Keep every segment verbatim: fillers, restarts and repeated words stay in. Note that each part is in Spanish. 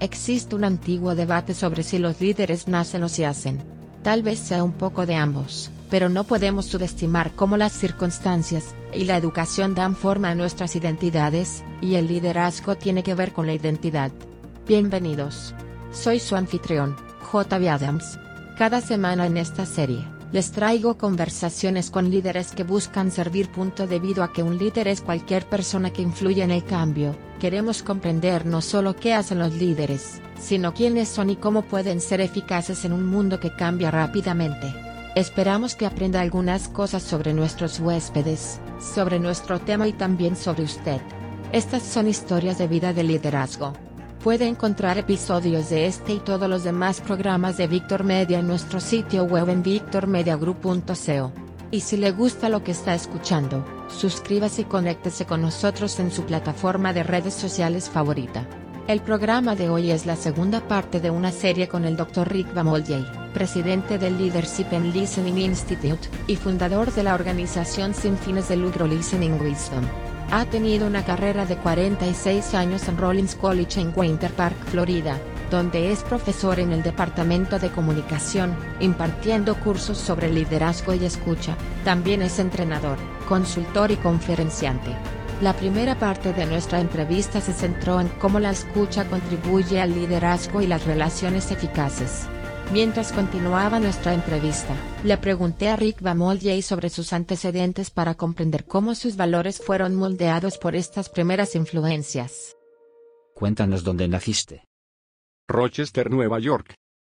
Existe un antiguo debate sobre si los líderes nacen o se hacen. Tal vez sea un poco de ambos, pero no podemos subestimar cómo las circunstancias y la educación dan forma a nuestras identidades, y el liderazgo tiene que ver con la identidad. Bienvenidos. Soy su anfitrión, J B Adams. Cada semana en esta serie, les traigo conversaciones con líderes que buscan servir. Debido a que un líder es cualquier persona que influye en el cambio, queremos comprender no solo qué hacen los líderes, sino quiénes son y cómo pueden ser eficaces en un mundo que cambia rápidamente. Esperamos que aprenda algunas cosas sobre nuestros huéspedes, sobre nuestro tema y también sobre usted. Estas son historias de vida de liderazgo. Puede encontrar episodios de este y todos los demás programas de Victor Media en nuestro sitio web en victor media group punto co. Y si le gusta lo que está escuchando, suscríbase y conéctese con nosotros en su plataforma de redes sociales favorita. El programa de hoy es la segunda parte de una serie con el doctor Rick Bamolyei, presidente del Leadership and Listening Institute, y fundador de la organización sin fines de lucro Listening Wisdom. Ha tenido una carrera de cuarenta y seis años en Rollins College en Winter Park, Florida, donde es profesor en el Departamento de Comunicación, impartiendo cursos sobre liderazgo y escucha. También es entrenador, consultor y conferenciante. La primera parte de nuestra entrevista se centró en cómo la escucha contribuye al liderazgo y las relaciones eficaces. Mientras continuaba nuestra entrevista, le pregunté a Rick Bamolyei sobre sus antecedentes para comprender cómo sus valores fueron moldeados por estas primeras influencias. Cuéntanos dónde naciste. Rochester, Nueva York.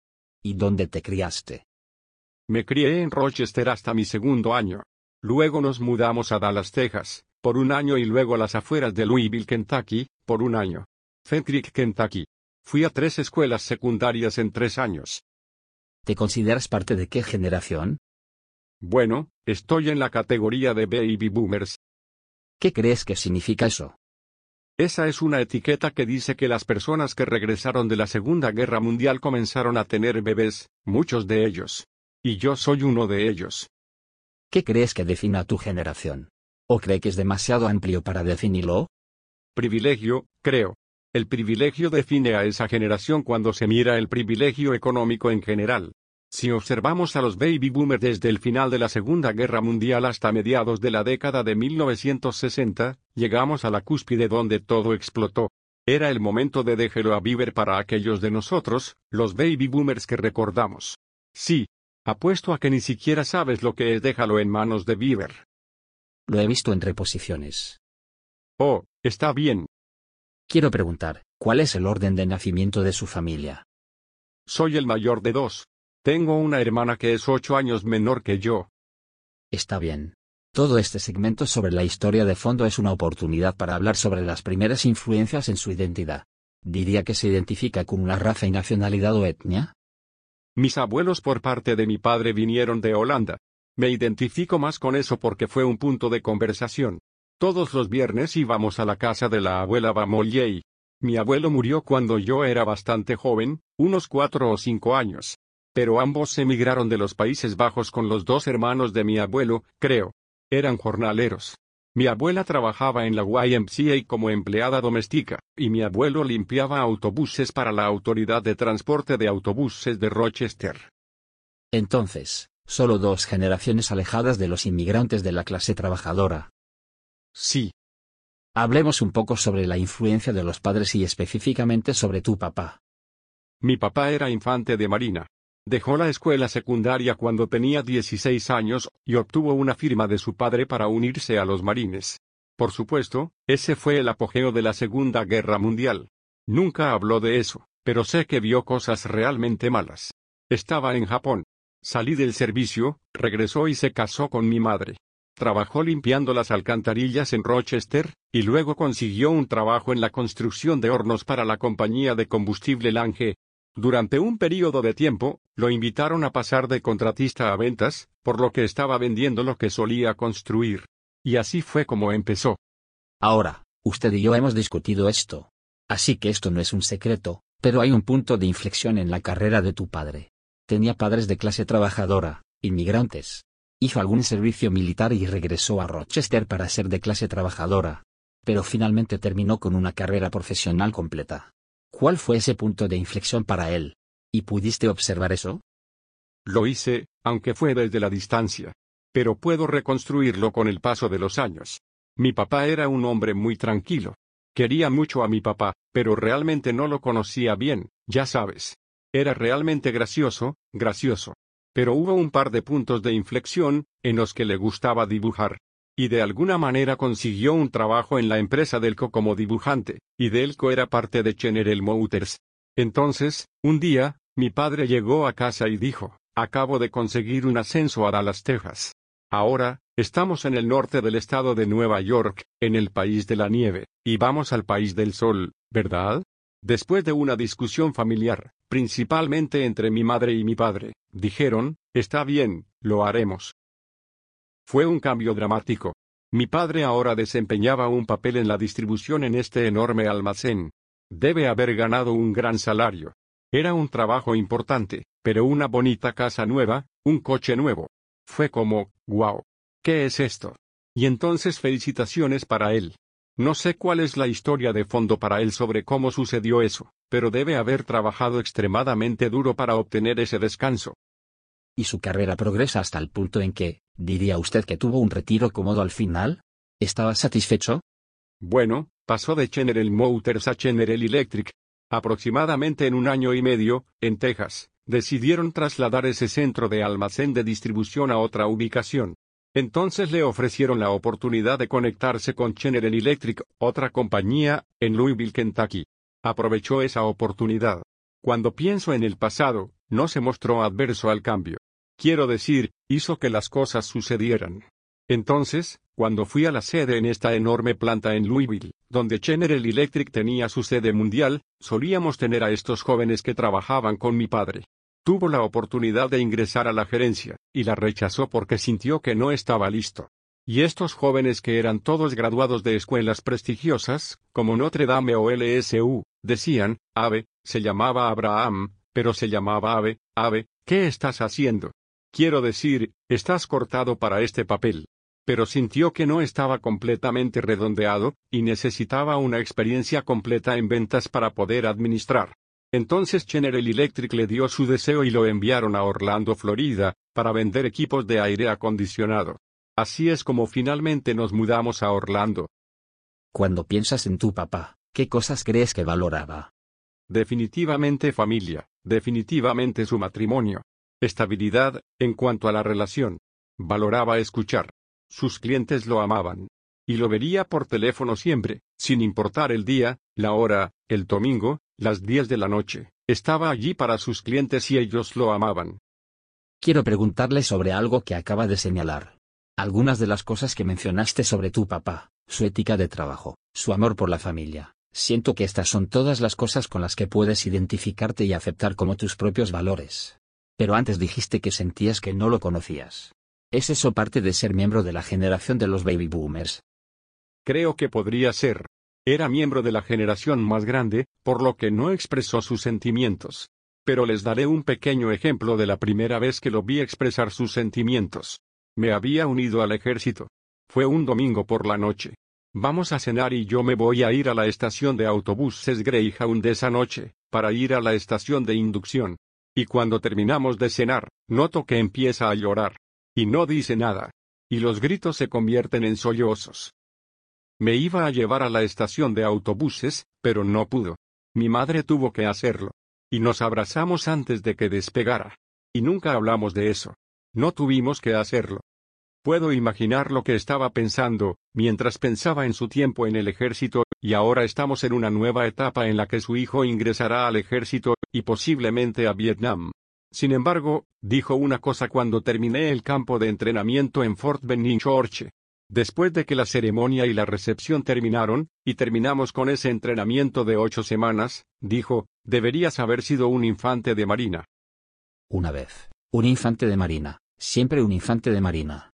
¿Y dónde te criaste? Me crié en Rochester hasta mi segundo año. Luego nos mudamos a Dallas, Texas, por un año y luego a las afueras de Louisville, Kentucky, por un año. Fen Creek, Kentucky. Fui a tres escuelas secundarias en tres años. ¿Te consideras parte de qué generación? Bueno, estoy en la categoría de baby boomers. ¿Qué crees que significa eso? Esa es una etiqueta que dice que las personas que regresaron de la Segunda Guerra Mundial comenzaron a tener bebés, muchos de ellos. Y yo soy uno de ellos. ¿Qué crees que define a tu generación? ¿O cree que es demasiado amplio para definirlo? Privilegio, creo. El privilegio define a esa generación cuando se mira el privilegio económico en general. Si observamos a los baby boomers desde el final de la Segunda Guerra Mundial hasta mediados de la década de mil novecientos sesenta, llegamos a la cúspide donde todo explotó. Era el momento de déjelo a Beaver para aquellos de nosotros, los baby boomers que recordamos. Sí, apuesto a que ni siquiera sabes lo que es déjalo en manos de Beaver. Lo he visto en reposiciones. Oh, está bien. Quiero preguntar, ¿cuál es el orden de nacimiento de su familia? Soy el mayor de dos. Tengo una hermana que es ocho años menor que yo. Está bien. Todo este segmento sobre la historia de fondo es una oportunidad para hablar sobre las primeras influencias en su identidad. ¿Diría que se identifica con una raza y nacionalidad o etnia? Mis abuelos por parte de mi padre vinieron de Holanda. Me identifico más con eso porque fue un punto de conversación. Todos los viernes íbamos a la casa de la abuela Bamolyei. Mi abuelo murió cuando yo era bastante joven, unos cuatro o cinco años. Pero ambos emigraron de los Países Bajos con los dos hermanos de mi abuelo, creo. Eran jornaleros. Mi abuela trabajaba en la Y M C A como empleada doméstica, y mi abuelo limpiaba autobuses para la Autoridad de Transporte de Autobuses de Rochester. Entonces, solo dos generaciones alejadas de los inmigrantes de la clase trabajadora. Sí. Hablemos un poco sobre la influencia de los padres y específicamente sobre tu papá. Mi papá era infante de marina. Dejó la escuela secundaria cuando tenía dieciséis años y obtuvo una firma de su padre para unirse a los marines. Por supuesto, ese fue el apogeo de la Segunda Guerra Mundial. Nunca habló de eso, pero sé que vio cosas realmente malas. Estaba en Japón. Salí del servicio, regresó y se casó con mi madre. Trabajó limpiando las alcantarillas en Rochester, y luego consiguió un trabajo en la construcción de hornos para la compañía de combustible Lange. Durante un período de tiempo, lo invitaron a pasar de contratista a ventas, por lo que estaba vendiendo lo que solía construir. Y así fue como empezó. Ahora, usted y yo hemos discutido esto. Así que esto no es un secreto, pero hay un punto de inflexión en la carrera de tu padre. Tenía padres de clase trabajadora, inmigrantes. Hizo algún servicio militar y regresó a Rochester para ser de clase trabajadora. Pero finalmente terminó con una carrera profesional completa. ¿Cuál fue ese punto de inflexión para él? ¿Y pudiste observar eso? Lo hice, aunque fue desde la distancia. Pero puedo reconstruirlo con el paso de los años. Mi papá era un hombre muy tranquilo. Quería mucho a mi papá, pero realmente no lo conocía bien, ya sabes. Era realmente gracioso, gracioso. Pero hubo un par de puntos de inflexión, en los que le gustaba dibujar. Y de alguna manera consiguió un trabajo en la empresa Delco como dibujante, y Delco era parte de General Motors. Entonces, un día, mi padre llegó a casa y dijo, acabo de conseguir un ascenso a Dallas, Texas. Ahora, estamos en el norte del estado de Nueva York, en el país de la nieve, y vamos al país del sol, ¿verdad? Después de una discusión familiar, principalmente entre mi madre y mi padre, dijeron, está bien, lo haremos. Fue un cambio dramático. Mi padre ahora desempeñaba un papel en la distribución en este enorme almacén. Debe haber ganado un gran salario. Era un trabajo importante, pero una bonita casa nueva, un coche nuevo. Fue como, wow, ¿qué es esto? Y entonces felicitaciones para él. No sé cuál es la historia de fondo para él sobre cómo sucedió eso, pero debe haber trabajado extremadamente duro para obtener ese descanso. ¿Y su carrera progresa hasta el punto en que, diría usted que tuvo un retiro cómodo al final? ¿Estaba satisfecho? Bueno, pasó de General Motors a General Electric. Aproximadamente en un año y medio, en Texas, decidieron trasladar ese centro de almacén de distribución a otra ubicación. Entonces le ofrecieron la oportunidad de conectarse con General Electric, otra compañía, en Louisville, Kentucky. Aprovechó esa oportunidad. Cuando pienso en el pasado, no se mostró adverso al cambio. Quiero decir, hizo que las cosas sucedieran. Entonces, cuando fui a la sede en esta enorme planta en Louisville, donde General Electric tenía su sede mundial, solíamos tener a estos jóvenes que trabajaban con mi padre. Tuvo la oportunidad de ingresar a la gerencia, y la rechazó porque sintió que no estaba listo. Y estos jóvenes que eran todos graduados de escuelas prestigiosas, como Notre Dame o L S U, decían, Abe, se llamaba Abraham, pero se llamaba Abe, Abe, ¿qué estás haciendo? Quiero decir, estás cortado para este papel. Pero sintió que no estaba completamente redondeado, y necesitaba una experiencia completa en ventas para poder administrar. Entonces General Electric le dio su deseo y lo enviaron a Orlando, Florida, para vender equipos de aire acondicionado. Así es como finalmente nos mudamos a Orlando. Cuando piensas en tu papá, ¿qué cosas crees que valoraba? Definitivamente familia, definitivamente su matrimonio. Estabilidad, en cuanto a la relación. Valoraba escuchar. Sus clientes lo amaban. Y lo vería por teléfono siempre, sin importar el día, la hora, el domingo, las diez de la noche. Estaba allí para sus clientes y ellos lo amaban. Quiero preguntarle sobre algo que acaba de señalar. Algunas de las cosas que mencionaste sobre tu papá, su ética de trabajo, su amor por la familia. Siento que estas son todas las cosas con las que puedes identificarte y aceptar como tus propios valores. Pero antes dijiste que sentías que no lo conocías. ¿Es eso parte de ser miembro de la generación de los baby boomers? Creo que podría ser. Era miembro de la generación más grande, por lo que no expresó sus sentimientos. Pero les daré un pequeño ejemplo de la primera vez que lo vi expresar sus sentimientos. Me había unido al ejército. Fue un domingo por la noche. Vamos a cenar y yo me voy a ir a la estación de autobuses Greyhound esa noche, para ir a la estación de inducción. Y cuando terminamos de cenar, noto que empieza a llorar. Y no dice nada. Y los gritos se convierten en sollozos. Me iba a llevar a la estación de autobuses, pero no pudo. Mi madre tuvo que hacerlo. Y nos abrazamos antes de que despegara. Y nunca hablamos de eso. No tuvimos que hacerlo. Puedo imaginar lo que estaba pensando, mientras pensaba en su tiempo en el ejército, y ahora estamos en una nueva etapa en la que su hijo ingresará al ejército, y posiblemente a Vietnam. Sin embargo, dijo una cosa cuando terminé el campo de entrenamiento en Fort Benning, Georgia. Después de que la ceremonia y la recepción terminaron, y terminamos con ese entrenamiento de ocho semanas, dijo, deberías haber sido un infante de marina. Una vez, un infante de marina, siempre un infante de marina.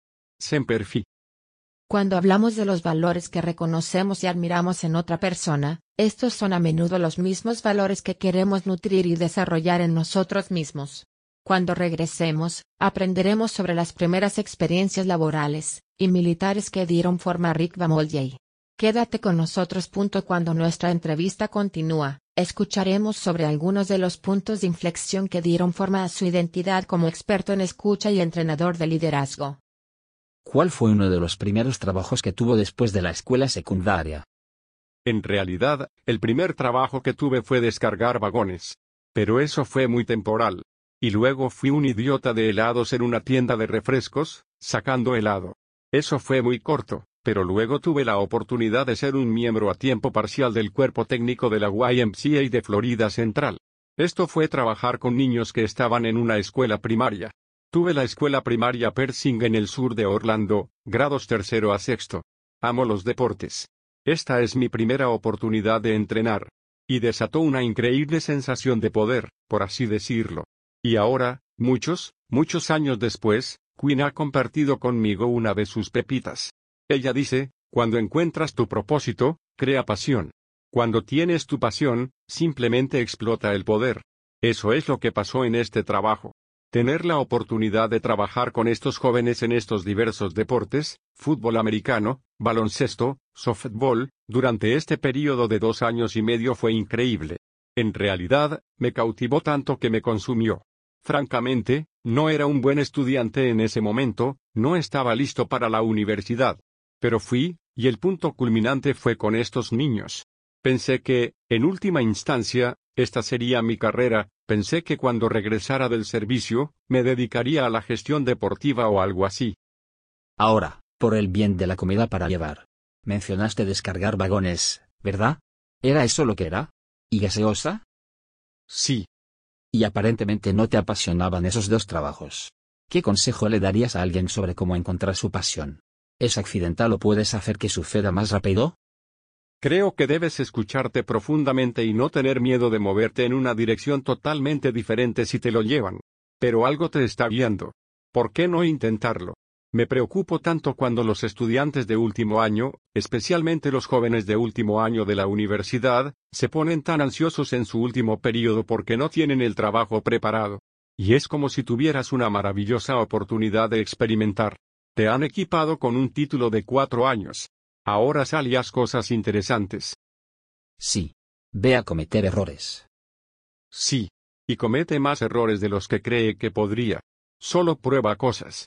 Semper Fi. Cuando hablamos de los valores que reconocemos y admiramos en otra persona, estos son a menudo los mismos valores que queremos nutrir y desarrollar en nosotros mismos. Cuando regresemos, aprenderemos sobre las primeras experiencias laborales y militares que dieron forma a Rick Van Moljay. Quédate con nosotros. Cuando nuestra entrevista continúa. Escucharemos sobre algunos de los puntos de inflexión que dieron forma a su identidad como experto en escucha y entrenador de liderazgo. ¿Cuál fue uno de los primeros trabajos que tuvo después de la escuela secundaria? En realidad, el primer trabajo que tuve fue descargar vagones. Pero eso fue muy temporal. Y luego fui un idiota de helados en una tienda de refrescos, sacando helado. Eso fue muy corto, pero luego tuve la oportunidad de ser un miembro a tiempo parcial del cuerpo técnico de la Y M C A de Florida Central. Esto fue trabajar con niños que estaban en una escuela primaria. Tuve la escuela primaria Pershing en el sur de Orlando, grados tercero a sexto. Amo los deportes. Esta es mi primera oportunidad de entrenar. Y desató una increíble sensación de poder, por así decirlo. Y ahora, muchos, muchos años después, Quinn ha compartido conmigo una de sus pepitas. Ella dice, cuando encuentras tu propósito, crea pasión. Cuando tienes tu pasión, simplemente explota el poder. Eso es lo que pasó en este trabajo. Tener la oportunidad de trabajar con estos jóvenes en estos diversos deportes, fútbol americano, baloncesto, softball, durante este período de dos años y medio fue increíble. En realidad, me cautivó tanto que me consumió. Francamente, no era un buen estudiante en ese momento, no estaba listo para la universidad. Pero fui, y el punto culminante fue con estos niños. Pensé que, en última instancia, esta sería mi carrera. Pensé que cuando regresara del servicio, me dedicaría a la gestión deportiva o algo así. Ahora, por el bien de la comida para llevar. Mencionaste descargar vagones, ¿verdad? ¿Era eso lo que era? ¿Y gaseosa? Sí. Y aparentemente no te apasionaban esos dos trabajos. ¿Qué consejo le darías a alguien sobre cómo encontrar su pasión? ¿Es accidental o puedes hacer que suceda más rápido? Creo que debes escucharte profundamente y no tener miedo de moverte en una dirección totalmente diferente si te lo llevan. Pero algo te está guiando. ¿Por qué no intentarlo? Me preocupo tanto cuando los estudiantes de último año, especialmente los jóvenes de último año de la universidad, se ponen tan ansiosos en su último periodo porque no tienen el trabajo preparado. Y es como si tuvieras una maravillosa oportunidad de experimentar. Te han equipado con un título de cuatro años. Ahora sal y haz cosas interesantes. Sí. Ve a cometer errores. Sí. Y comete más errores de los que cree que podría. Solo prueba cosas.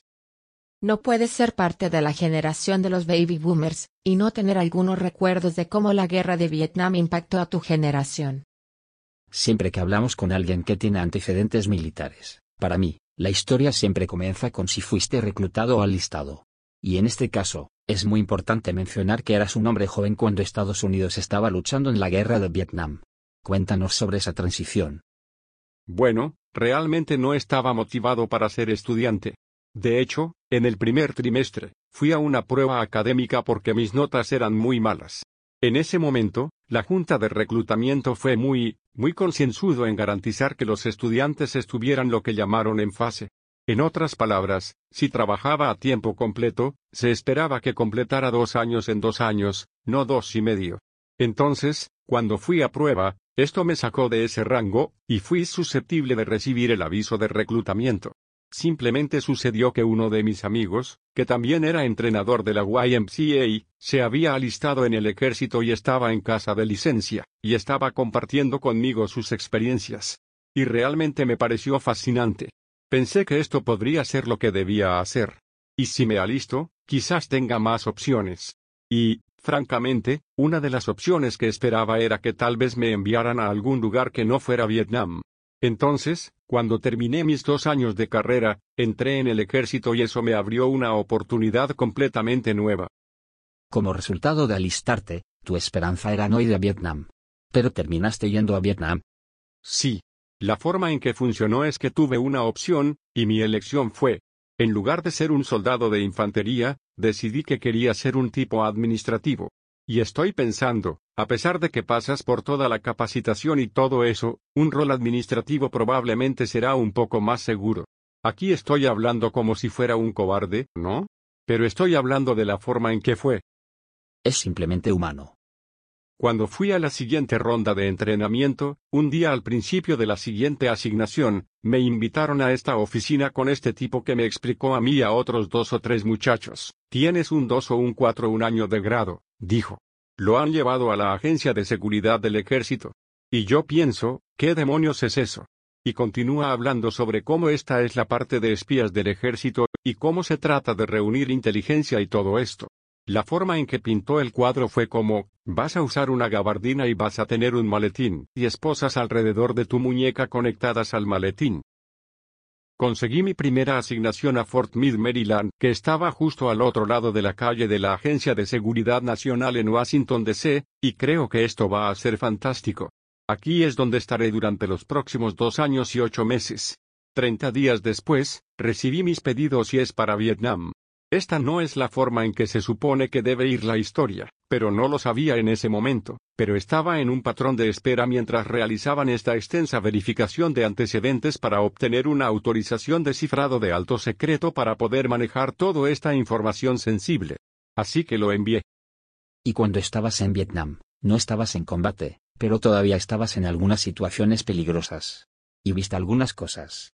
No puedes ser parte de la generación de los baby boomers, y no tener algunos recuerdos de cómo la guerra de Vietnam impactó a tu generación. Siempre que hablamos con alguien que tiene antecedentes militares, para mí, la historia siempre comienza con si fuiste reclutado o alistado. Y en este caso, es muy importante mencionar que eras un hombre joven cuando Estados Unidos estaba luchando en la guerra de Vietnam. Cuéntanos sobre esa transición. Bueno, realmente no estaba motivado para ser estudiante. De hecho, en el primer trimestre, fui a una prueba académica porque mis notas eran muy malas. En ese momento, la junta de reclutamiento fue muy, muy concienzudo en garantizar que los estudiantes estuvieran lo que llamaron en fase. En otras palabras, si trabajaba a tiempo completo, se esperaba que completara dos años en dos años, no dos y medio. Entonces, cuando fui a prueba, esto me sacó de ese rango, y fui susceptible de recibir el aviso de reclutamiento. Simplemente sucedió que uno de mis amigos, que también era entrenador de la Y M C A, se había alistado en el ejército y estaba en casa de licencia, y estaba compartiendo conmigo sus experiencias. Y realmente me pareció fascinante. Pensé que esto podría ser lo que debía hacer. Y si me alisto, quizás tenga más opciones. Y, francamente, una de las opciones que esperaba era que tal vez me enviaran a algún lugar que no fuera Vietnam. Entonces, cuando terminé mis dos años de carrera, entré en el ejército y eso me abrió una oportunidad completamente nueva. Como resultado de alistarte, tu esperanza era no ir a Vietnam. Pero terminaste yendo a Vietnam. Sí. La forma en que funcionó es que tuve una opción, y mi elección fue, en lugar de ser un soldado de infantería, decidí que quería ser un tipo administrativo. Y estoy pensando, a pesar de que pasas por toda la capacitación y todo eso, un rol administrativo probablemente será un poco más seguro. Aquí estoy hablando como si fuera un cobarde, ¿no? Pero estoy hablando de la forma en que fue. Es simplemente humano. Cuando fui a la siguiente ronda de entrenamiento, un día al principio de la siguiente asignación, me invitaron a esta oficina con este tipo que me explicó a mí y a otros dos o tres muchachos. Tienes un dos o un cuatro un año de grado, dijo. Lo han llevado a la agencia de seguridad del ejército. Y yo pienso, ¿qué demonios es eso? Y continúa hablando sobre cómo esta es la parte de espías del ejército, y cómo se trata de reunir inteligencia y todo esto. La forma en que pintó el cuadro fue como, vas a usar una gabardina y vas a tener un maletín, y esposas alrededor de tu muñeca conectadas al maletín. Conseguí mi primera asignación a Fort Meade, Maryland, que estaba justo al otro lado de la calle de la Agencia de Seguridad Nacional en Washington, D C, y creo que esto va a ser fantástico. Aquí es donde estaré durante los próximos dos años y ocho meses. Treinta días después, recibí mis pedidos y es para Vietnam. Esta no es la forma en que se supone que debe ir la historia, pero no lo sabía en ese momento, pero estaba en un patrón de espera mientras realizaban esta extensa verificación de antecedentes para obtener una autorización de cifrado de alto secreto para poder manejar toda esta información sensible. Así que lo envié. Y cuando estabas en Vietnam, no estabas en combate, pero todavía estabas en algunas situaciones peligrosas. Y viste algunas cosas.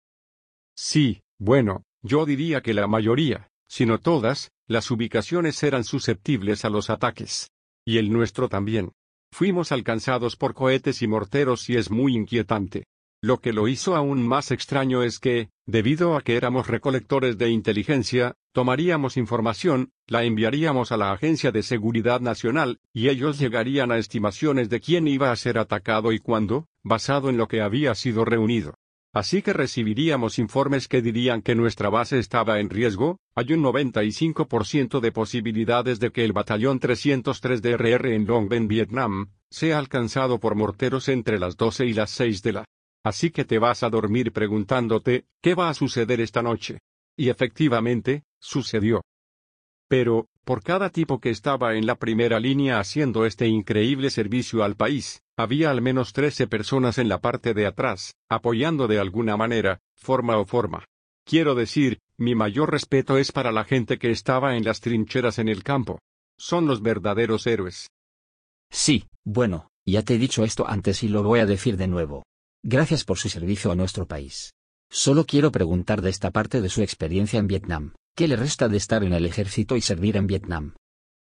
Sí, bueno, yo diría que la mayoría, si no todas, las ubicaciones eran susceptibles a los ataques. Y el nuestro también. Fuimos alcanzados por cohetes y morteros y es muy inquietante. Lo que lo hizo aún más extraño es que, debido a que éramos recolectores de inteligencia, tomaríamos información, la enviaríamos a la Agencia de Seguridad Nacional, y ellos llegarían a estimaciones de quién iba a ser atacado y cuándo, basado en lo que había sido reunido. Así que recibiríamos informes que dirían que nuestra base estaba en riesgo. Hay un noventa y cinco por ciento de posibilidades de que el batallón trescientos tres D R R en Long Ben, Vietnam, sea alcanzado por morteros entre las doce y las seis de la. Así que te vas a dormir preguntándote, ¿qué va a suceder esta noche? Y efectivamente, sucedió. Pero, por cada tipo que estaba en la primera línea haciendo este increíble servicio al país, había al menos trece personas en la parte de atrás, apoyando de alguna manera, forma o forma. Quiero decir, mi mayor respeto es para la gente que estaba en las trincheras en el campo. Son los verdaderos héroes. Sí, bueno, ya te he dicho esto antes y lo voy a decir de nuevo. Gracias por su servicio a nuestro país. Solo quiero preguntar de esta parte de su experiencia en Vietnam, ¿qué le resta de estar en el ejército y servir en Vietnam?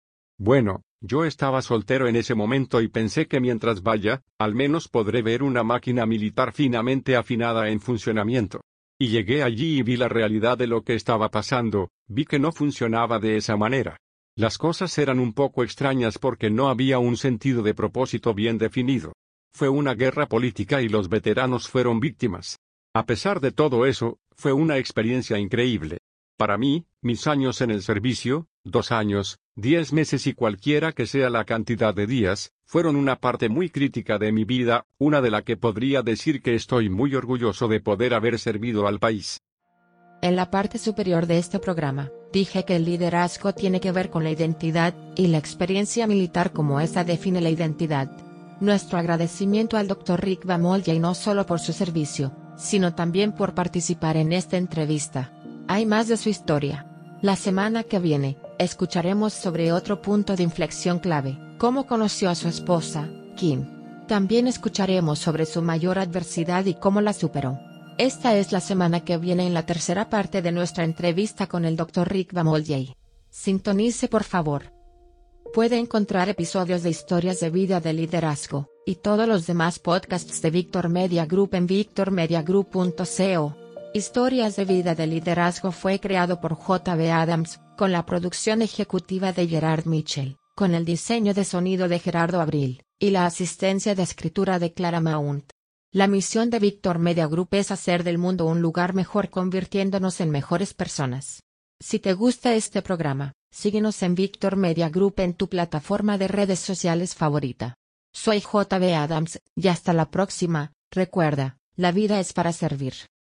Bueno, yo estaba soltero en ese momento y pensé que mientras vaya, al menos podré ver una máquina militar finamente afinada en funcionamiento. Y llegué allí y vi la realidad de lo que estaba pasando, vi que no funcionaba de esa manera. Las cosas eran un poco extrañas porque no había un sentido de propósito bien definido. Fue una guerra política y los veteranos fueron víctimas. A pesar de todo eso, fue una experiencia increíble. Para mí, mis años en el servicio, dos años, diez meses y cualquiera que sea la cantidad de días, fueron una parte muy crítica de mi vida, una de la que podría decir que estoy muy orgulloso de poder haber servido al país. En la parte superior de este programa, dije que el liderazgo tiene que ver con la identidad, y la experiencia militar como esa define la identidad. Nuestro agradecimiento al doctor Rick Van Moltke no solo por su servicio, sino también por participar en esta entrevista. Hay más de su historia. La semana que viene, escucharemos sobre otro punto de inflexión clave, cómo conoció a su esposa, Kim. También escucharemos sobre su mayor adversidad y cómo la superó. Esta es la semana que viene en la tercera parte de nuestra entrevista con el doctor Rick Van Moltke. Sintonice por favor. Puede encontrar episodios de historias de vida de liderazgo, y todos los demás podcasts de Victor Media Group en victor media group punto co. Historias de vida de liderazgo fue creado por J B Adams, con la producción ejecutiva de Gerard Mitchell, con el diseño de sonido de Gerardo Abril, y la asistencia de escritura de Clara Mount. La misión de Victor Media Group es hacer del mundo un lugar mejor convirtiéndonos en mejores personas. Si te gusta este programa, síguenos en Victor Media Group en tu plataforma de redes sociales favorita. Soy J B Adams, y hasta la próxima. Recuerda, la vida es para servir.